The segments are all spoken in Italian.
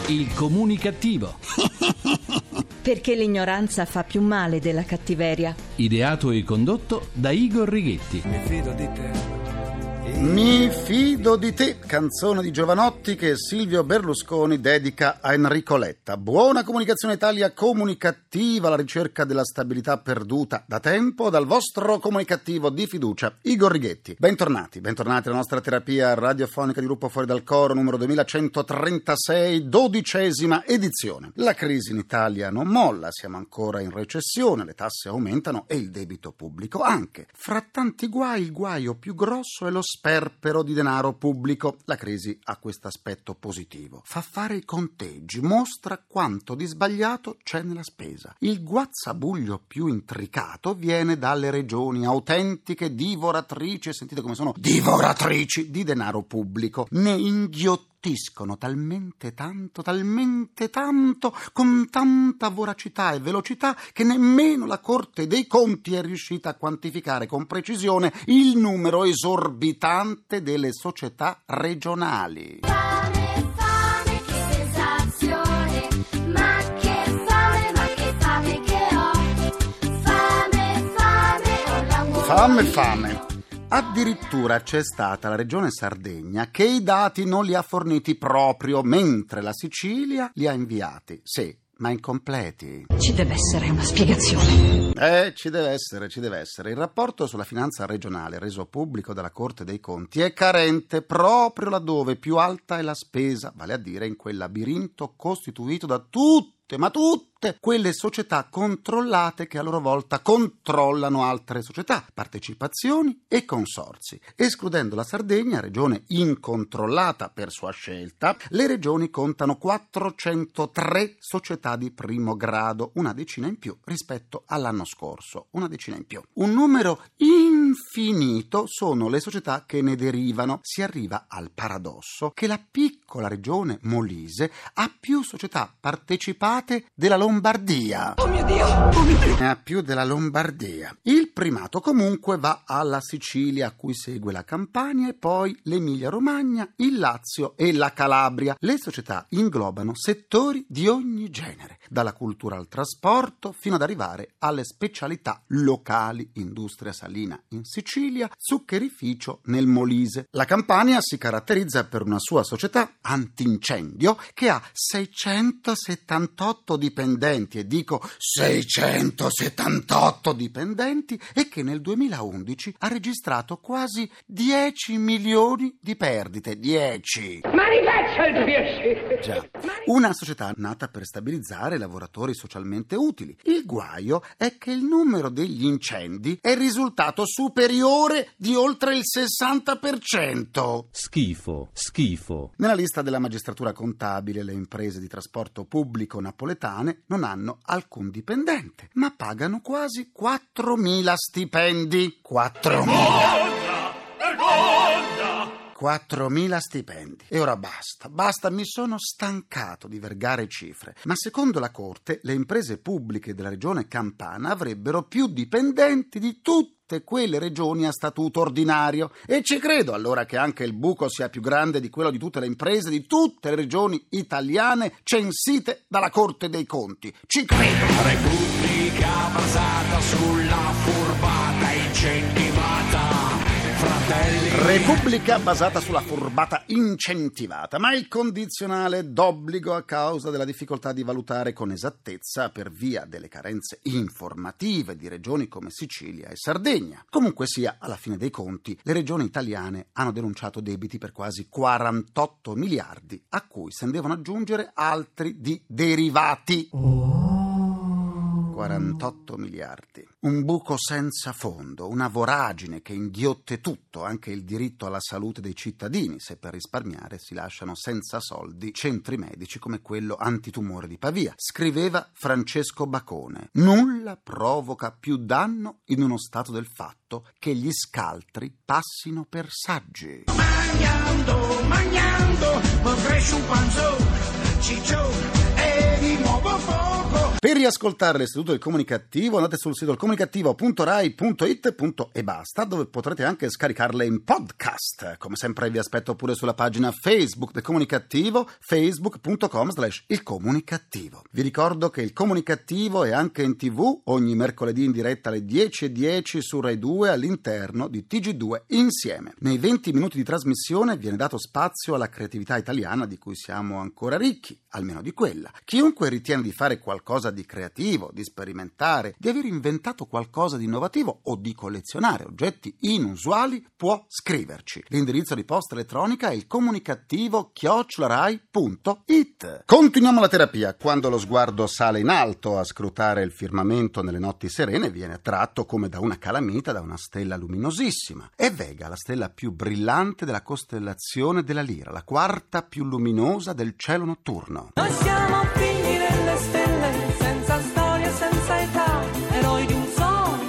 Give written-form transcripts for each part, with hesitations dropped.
Il comunicativo. Perché l'ignoranza fa più male della cattiveria. Ideato e condotto da Igor Righetti. Mi fido di te. Mi fido di te, canzone di Jovanotti che Silvio Berlusconi dedica a Enrico Letta. Buona Comunicazione Italia comunicativa, alla ricerca della stabilità perduta da tempo, dal vostro comunicativo di fiducia, Igor Righetti. Bentornati alla nostra terapia radiofonica di Gruppo Fuori dal Coro, numero 2136, 12ª edizione. La crisi in Italia non molla, siamo ancora in recessione, le tasse aumentano e il debito pubblico anche. Fra tanti guai, il guaio più grosso è lo sperpero di denaro pubblico. La crisi ha questo aspetto positivo. Fa fare i conteggi, mostra quanto di sbagliato c'è nella spesa. Il guazzabuglio più intricato viene dalle regioni autentiche divoratrici, sentite come sono divoratrici di denaro pubblico. Ne inghiottiscono talmente tanto, con tanta voracità e velocità che nemmeno la Corte dei Conti è riuscita a quantificare con precisione il numero esorbitante delle società regionali. Fame, che sensazione, ma che fame che ho, Fame. Addirittura c'è stata la regione Sardegna che i dati non li ha forniti proprio, mentre la Sicilia li ha inviati. Sì, ma incompleti. Ci deve essere una spiegazione. Ci deve essere. Il rapporto sulla finanza regionale reso pubblico dalla Corte dei Conti è carente proprio laddove più alta è la spesa, vale a dire in quel labirinto costituito da tutte quelle società controllate che a loro volta controllano altre società, partecipazioni e consorzi. Escludendo la Sardegna, regione incontrollata per sua scelta, le regioni contano 403 società di primo grado, una decina in più rispetto all'anno scorso, Un numero infinito sono le società che ne derivano. Si arriva al paradosso che la piccola regione Molise ha più società partecipate della Lombardia. Oh mio Dio! Ha più della Lombardia. Il primato comunque va alla Sicilia, a cui segue la Campania e poi l'Emilia-Romagna, il Lazio e la Calabria. Le società inglobano settori di ogni genere, dalla cultura al trasporto fino ad arrivare alle specialità locali, industria salina in Sicilia, zuccherificio nel Molise. La Campania si caratterizza per una sua società antincendio che ha 678 dipendenti, e dico 678 dipendenti, e che nel 2011 ha registrato quasi 10 milioni di perdite. 10! Ma rifaccia il piacere! Già, una società nata per stabilizzare i lavoratori socialmente utili. Il guaio è che il numero degli incendi è risultato superiore di oltre il 60%. Schifo. Nella lista della magistratura contabile le imprese di trasporto pubblico napoletane non hanno alcun dipendente, ma pagano quasi 4.000 stipendi. 4.000 stipendi. E ora basta, mi sono stancato di vergare cifre. Ma secondo la Corte, le imprese pubbliche della regione Campana avrebbero più dipendenti di tutte quelle regioni a statuto ordinario. E ci credo allora che anche il buco sia più grande di quello di tutte le imprese di tutte le regioni italiane censite dalla Corte dei Conti. Ci credo. Repubblica basata sulla furbata incentivata. Repubblica basata sulla furbata incentivata, ma il condizionale d'obbligo a causa della difficoltà di valutare con esattezza per via delle carenze informative di regioni come Sicilia e Sardegna. Comunque sia, alla fine dei conti, le regioni italiane hanno denunciato debiti per quasi 48 miliardi, a cui se ne devono aggiungere altri di derivati. 48 miliardi. Un buco senza fondo, una voragine che inghiotte tutto, anche il diritto alla salute dei cittadini, se per risparmiare si lasciano senza soldi centri medici come quello antitumore di Pavia. Scriveva Francesco Bacone: nulla provoca più danno in uno stato del fatto che gli scaltri passino per saggi. Mangiando, cresce un panzone, ciccione e di nuovo fuoco. Per riascoltare l'istituto del Comunicativo andate sul sito comunicativo.rai.it e basta, dove potrete anche scaricarle in podcast. Come sempre vi aspetto pure sulla pagina Facebook del Comunicativo, facebook.com/il Comunicativo. Vi ricordo che il Comunicativo è anche in TV ogni mercoledì in diretta alle 10:10 su Rai 2 all'interno di TG2 Insieme. Nei 20 minuti di trasmissione viene dato spazio alla creatività italiana di cui siamo ancora ricchi, almeno di quella. Chiunque ritiene di fare qualcosa di creativo, di sperimentare, di aver inventato qualcosa di innovativo o di collezionare oggetti inusuali può scriverci. L'indirizzo di posta elettronica è il comunicativo@rai.it. Continuiamo la terapia. Quando lo sguardo sale in alto a scrutare il firmamento nelle notti serene, viene attratto come da una calamita da una stella luminosissima. È Vega, la stella più brillante della costellazione della Lira, la quarta più luminosa del cielo notturno. Noi siamo figli delle stelle, senza storia, senza età, eroi di un sogno.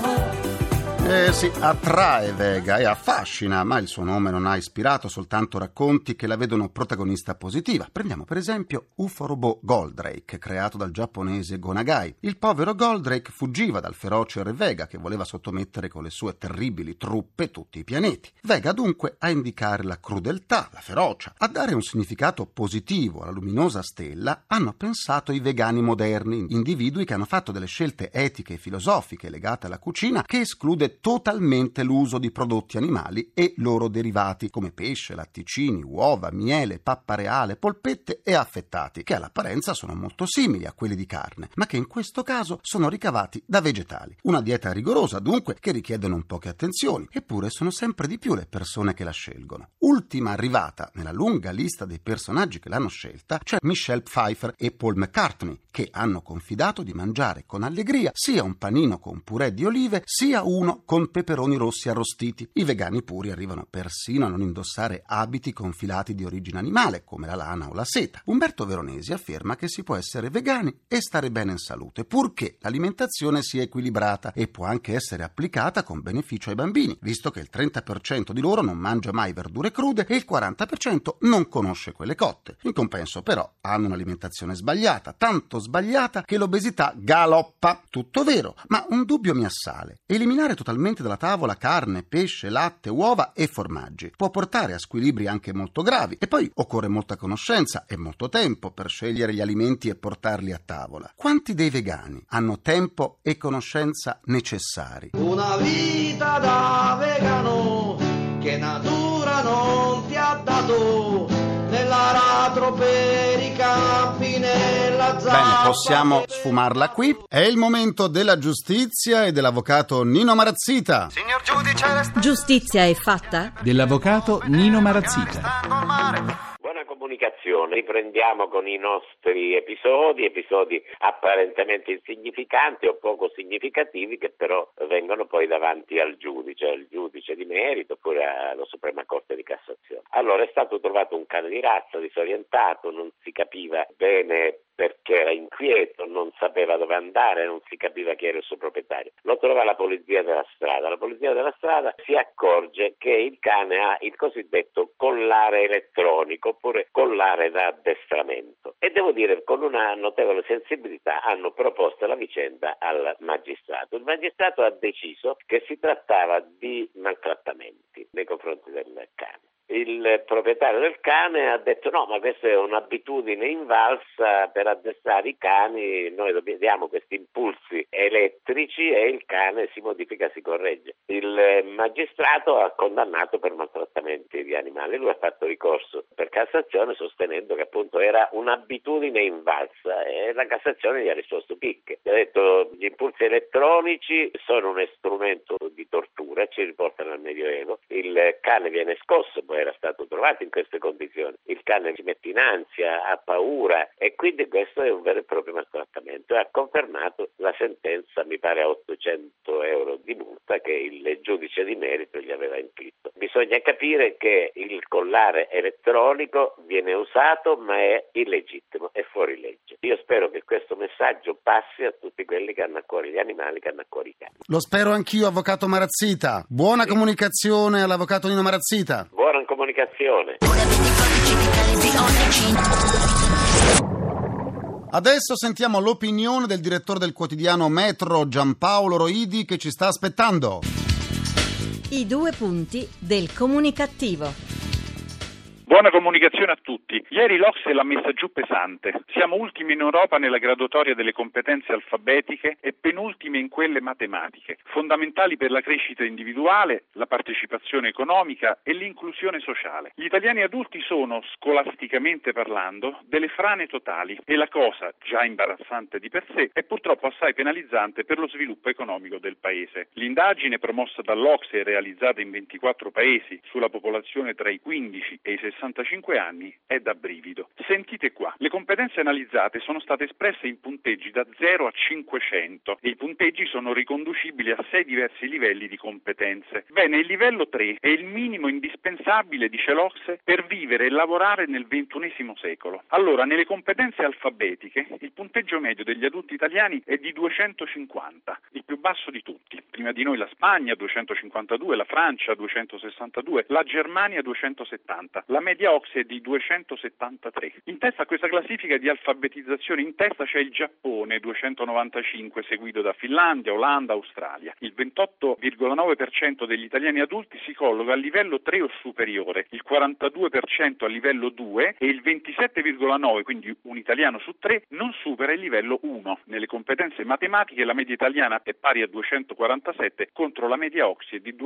Sì, attrae Vega e affascina, ma il suo nome non ha ispirato soltanto racconti che la vedono protagonista positiva. Prendiamo per esempio UFO robot Goldrake, creato dal giapponese Go Nagai. Il povero Goldrake fuggiva dal feroce re Vega, che voleva sottomettere con le sue terribili truppe tutti i pianeti. Vega dunque a indicare la crudeltà, la ferocia. A dare un significato positivo alla luminosa stella hanno pensato i vegani moderni, individui che hanno fatto delle scelte etiche e filosofiche legate alla cucina che esclude totalmente l'uso di prodotti animali e loro derivati come pesce, latticini, uova, miele, pappa reale, polpette e affettati, che all'apparenza sono molto simili a quelli di carne, ma che in questo caso sono ricavati da vegetali. Una dieta rigorosa dunque che richiede non poche attenzioni, eppure sono sempre di più le persone che la scelgono. Ultima arrivata nella lunga lista dei personaggi che l'hanno scelta c'è Michelle Pfeiffer e Paul McCartney, che hanno confidato di mangiare con allegria sia un panino con purè di olive sia uno con peperoni rossi arrostiti. I vegani puri arrivano persino a non indossare abiti con filati di origine animale, come la lana o la seta. Umberto Veronesi afferma che si può essere vegani e stare bene in salute, purché l'alimentazione sia equilibrata e può anche essere applicata con beneficio ai bambini, visto che il 30% di loro non mangia mai verdure crude e il 40% non conosce quelle cotte. In compenso, però, hanno un'alimentazione sbagliata, tanto sbagliata che l'obesità galoppa. Tutto vero, ma un dubbio mi assale. Eliminare totalmente dalla tavola carne, pesce, latte, uova e formaggi può portare a squilibri anche molto gravi, e poi occorre molta conoscenza e molto tempo per scegliere gli alimenti e portarli a tavola. Quanti dei vegani hanno tempo e conoscenza necessari? Una vita da vegano che natura non ti ha dato, nell'aratro per i campi, nella zappa. Bene, possiamo sfumarla qui. È il momento della giustizia e dell'avvocato Nino Marazzita. Signor giudice, Giustizia è fatta? Dell'avvocato Nino Marazzita. Buona comunicazione, riprendiamo con i nostri episodi apparentemente insignificanti o poco significativi, che però vengono poi davanti al giudice di merito oppure alla Suprema Corte di Cassazione. Allora, è stato trovato un cane di razza disorientato, non si capiva bene perché era inquieto, non sapeva dove andare, non si capiva chi era il suo proprietario. Lo trova la polizia della strada. La polizia della strada si accorge che il cane ha il cosiddetto collare elettronico oppure collare da addestramento, e devo dire con una notevole sensibilità hanno proposto la vicenda al magistrato. Il magistrato ha deciso che si trattava di maltrattamenti nei confronti del cane. Il proprietario del cane ha detto no, ma questa è un'abitudine invalsa per addestrare i cani, noi diamo questi impulsi elettrici e il cane si modifica, si corregge. Il magistrato ha condannato per maltrattamenti di animali, lui ha fatto ricorso per Cassazione sostenendo che appunto era un'abitudine invalsa e la Cassazione gli ha risposto picche. Gli ha detto gli impulsi elettronici sono un strumento di tortura e ci riportano al Medioevo, il cane viene scosso, poi era stato trovato in queste condizioni, il cane si mette in ansia, ha paura e quindi questo è un vero e proprio maltrattamento, e ha confermato la sentenza, mi pare a 800 euro di multa che il giudice di merito gli aveva inflitto. Bisogna capire che il collare elettronico viene usato ma è illegittimo, è fuori legge. Io spero che questo messaggio passi a tutti quelli che hanno a cuore gli animali, che hanno a cuore i cani. Lo spero anch'io, avvocato Marazzita. Buona comunicazione all'avvocato Nino Marazzita. Buona comunicazione. Adesso sentiamo l'opinione del direttore del quotidiano Metro, Giampaolo Roidi, che ci sta aspettando. I 2 punti del comunicativo. Buona comunicazione a tutti. Ieri l'OCSE l'ha messa giù pesante. Siamo ultimi in Europa nella graduatoria delle competenze alfabetiche e penultimi in quelle matematiche, fondamentali per la crescita individuale, la partecipazione economica e l'inclusione sociale. Gli italiani adulti sono, scolasticamente parlando, delle frane totali e la cosa, già imbarazzante di per sé, è purtroppo assai penalizzante per lo sviluppo economico del paese. L'indagine promossa dall'OCSE e realizzata in 24 paesi sulla popolazione tra i 15 e i 65 anni è da brivido. Sentite qua, le competenze analizzate sono state espresse in punteggi da 0 a 500 e i punteggi sono riconducibili a 6 diversi livelli di competenze. Bene, il livello 3 è il minimo indispensabile, dice l'OCSE, per vivere e lavorare nel XXI secolo. Allora, nelle competenze alfabetiche, il punteggio medio degli adulti italiani è di 250, il più basso di tutti. Prima di noi la Spagna 252, la Francia 262, la Germania 270, la media OCSE è di 273. In testa a questa classifica di alfabetizzazione in testa c'è il Giappone 295, seguito da Finlandia, Olanda, Australia. Il 28,9% degli italiani adulti si colloca a livello 3 o superiore, il 42% a livello 2 e il 27,9%, quindi un italiano su 3, non supera il livello 1. Nelle competenze matematiche la media italiana è pari a 247 contro la media OCSE di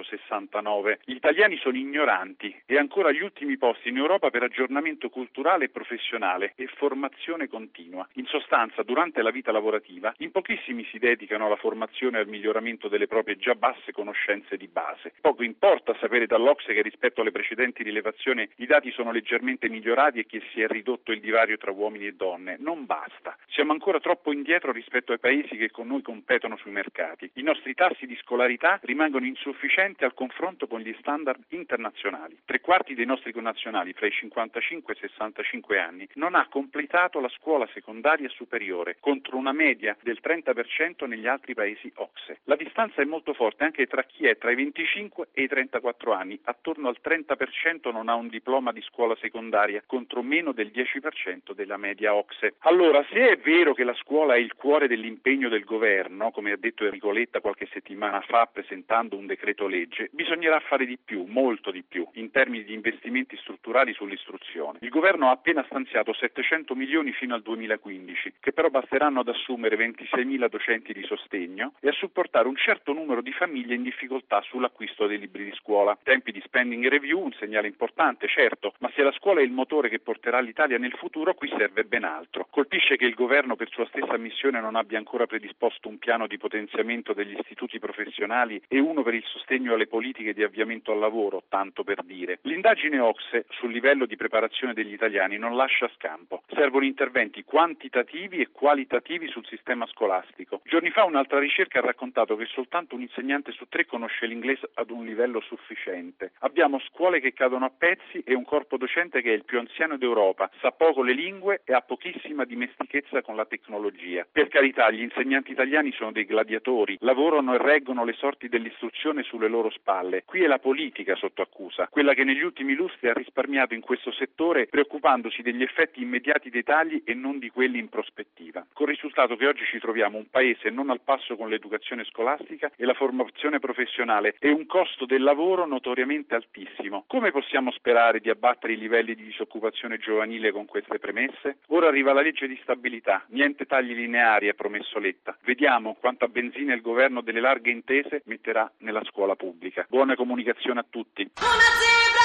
269. Gli italiani sono ignoranti e ancora agli ultimi posti in Europa per aggiornamento culturale e professionale e formazione continua. In sostanza, durante la vita lavorativa, in pochissimi si dedicano alla formazione e al miglioramento delle proprie già basse conoscenze di base. Poco importa sapere dall'OCSE che rispetto alle precedenti rilevazioni i dati sono leggermente migliorati e che si è ridotto il divario tra uomini e donne. Non basta. Siamo ancora troppo indietro rispetto ai paesi che con noi competono sui mercati. I nostri tassi di scolarità rimangono insufficienti al confronto con gli standard internazionali. 3/4 dei nostri connazionali fra i 55 e i 65 anni non ha completato la scuola secondaria superiore, contro una media del 30% negli altri paesi OCSE. La distanza è molto forte anche tra chi è tra i 25 e i 34 anni, attorno al 30% non ha un diploma di scuola secondaria, contro meno del 10% della media OCSE. Allora, se è vero che la scuola è il cuore dell'impegno del governo, come ha detto Enrico Letta qualche settimana fa presentando un decreto legge, bisognerà fare di più, molto di più, in termini di investimenti strutturali sull'istruzione. Il governo ha appena stanziato 700 milioni fino al 2015, che però basteranno ad assumere 26.000 docenti di sostegno e a supportare un certo numero di famiglie in difficoltà sull'acquisto dei libri di scuola. Tempi di spending review, un segnale importante, certo, ma se la scuola è il motore che porterà l'Italia nel futuro, qui serve ben altro. Colpisce che il governo per sua stessa missione non abbia ancora predisposto un piano di potenziamento degli istituti professionali e uno per il sostegno alle politiche di avviamento al lavoro, tanto per dire. L'indagine OCSE sul livello di preparazione degli italiani non lascia scampo. Servono interventi quantitativi e qualitativi sul sistema scolastico. Giorni fa un'altra ricerca ha raccontato che soltanto un insegnante su 3 conosce l'inglese ad un livello sufficiente. Abbiamo scuole che cadono a pezzi e un corpo docente che è il più anziano d'Europa, sa poco le lingue e ha pochissima dimestichezza con la tecnologia. Per carità, gli insegnanti italiani sono dei gladiatori, lavorano e reggono le sorti dell'istruzione sulle loro spalle. Qui è la politica sotto accusa, quella che negli ultimi lustri ha risparmiato in questo settore preoccupandosi degli effetti immediati dei tagli e non di quelli in prospettiva. Col risultato che oggi ci troviamo un paese non al passo con l'educazione scolastica e la formazione professionale e un costo del lavoro notoriamente altissimo. Come possiamo sperare di abbattere i livelli di disoccupazione giovanile con queste premesse? Ora arriva la legge di stabilità, niente tagli lineari, ha promesso Letta. Vediamo quanta benzina il governo delle larghe intese metterà nella scuola pubblica. Buona comunicazione a tutti. Una zebra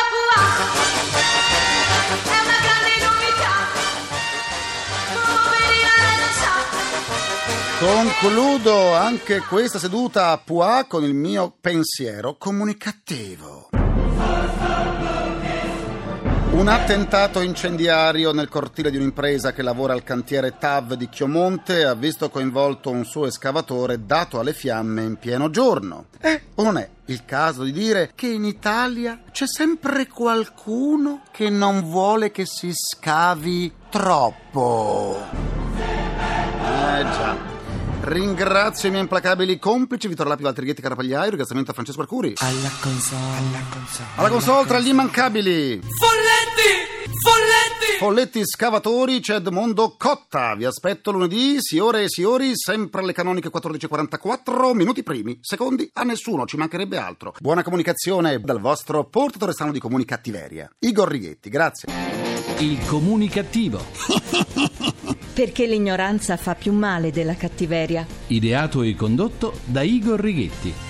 è una grande novità. Concludo anche questa seduta a Pua con il mio pensiero comunicativo. Un attentato incendiario nel cortile di un'impresa che lavora al cantiere TAV di Chiomonte ha visto coinvolto un suo escavatore dato alle fiamme in pieno giorno. O non è il caso di dire che in Italia c'è sempre qualcuno che non vuole che si scavi troppo? Già. Ringrazio i miei implacabili complici Vittorio Lapi, Walter Ghetti, Carapagliaio. Ringraziamento a Francesco Arcuri. Alla console tra gli immancabili Folletti! Folletti Scavatori c'è Edmondo Cotta. Vi aspetto lunedì, signore e signori, sempre alle canoniche 14:44, minuti primi, secondi a nessuno, ci mancherebbe altro. Buona comunicazione dal vostro portatore strano di comunicattiveria, Igor Righetti, grazie. Il comunicativo. Perché l'ignoranza fa più male della cattiveria. Ideato e condotto da Igor Righetti.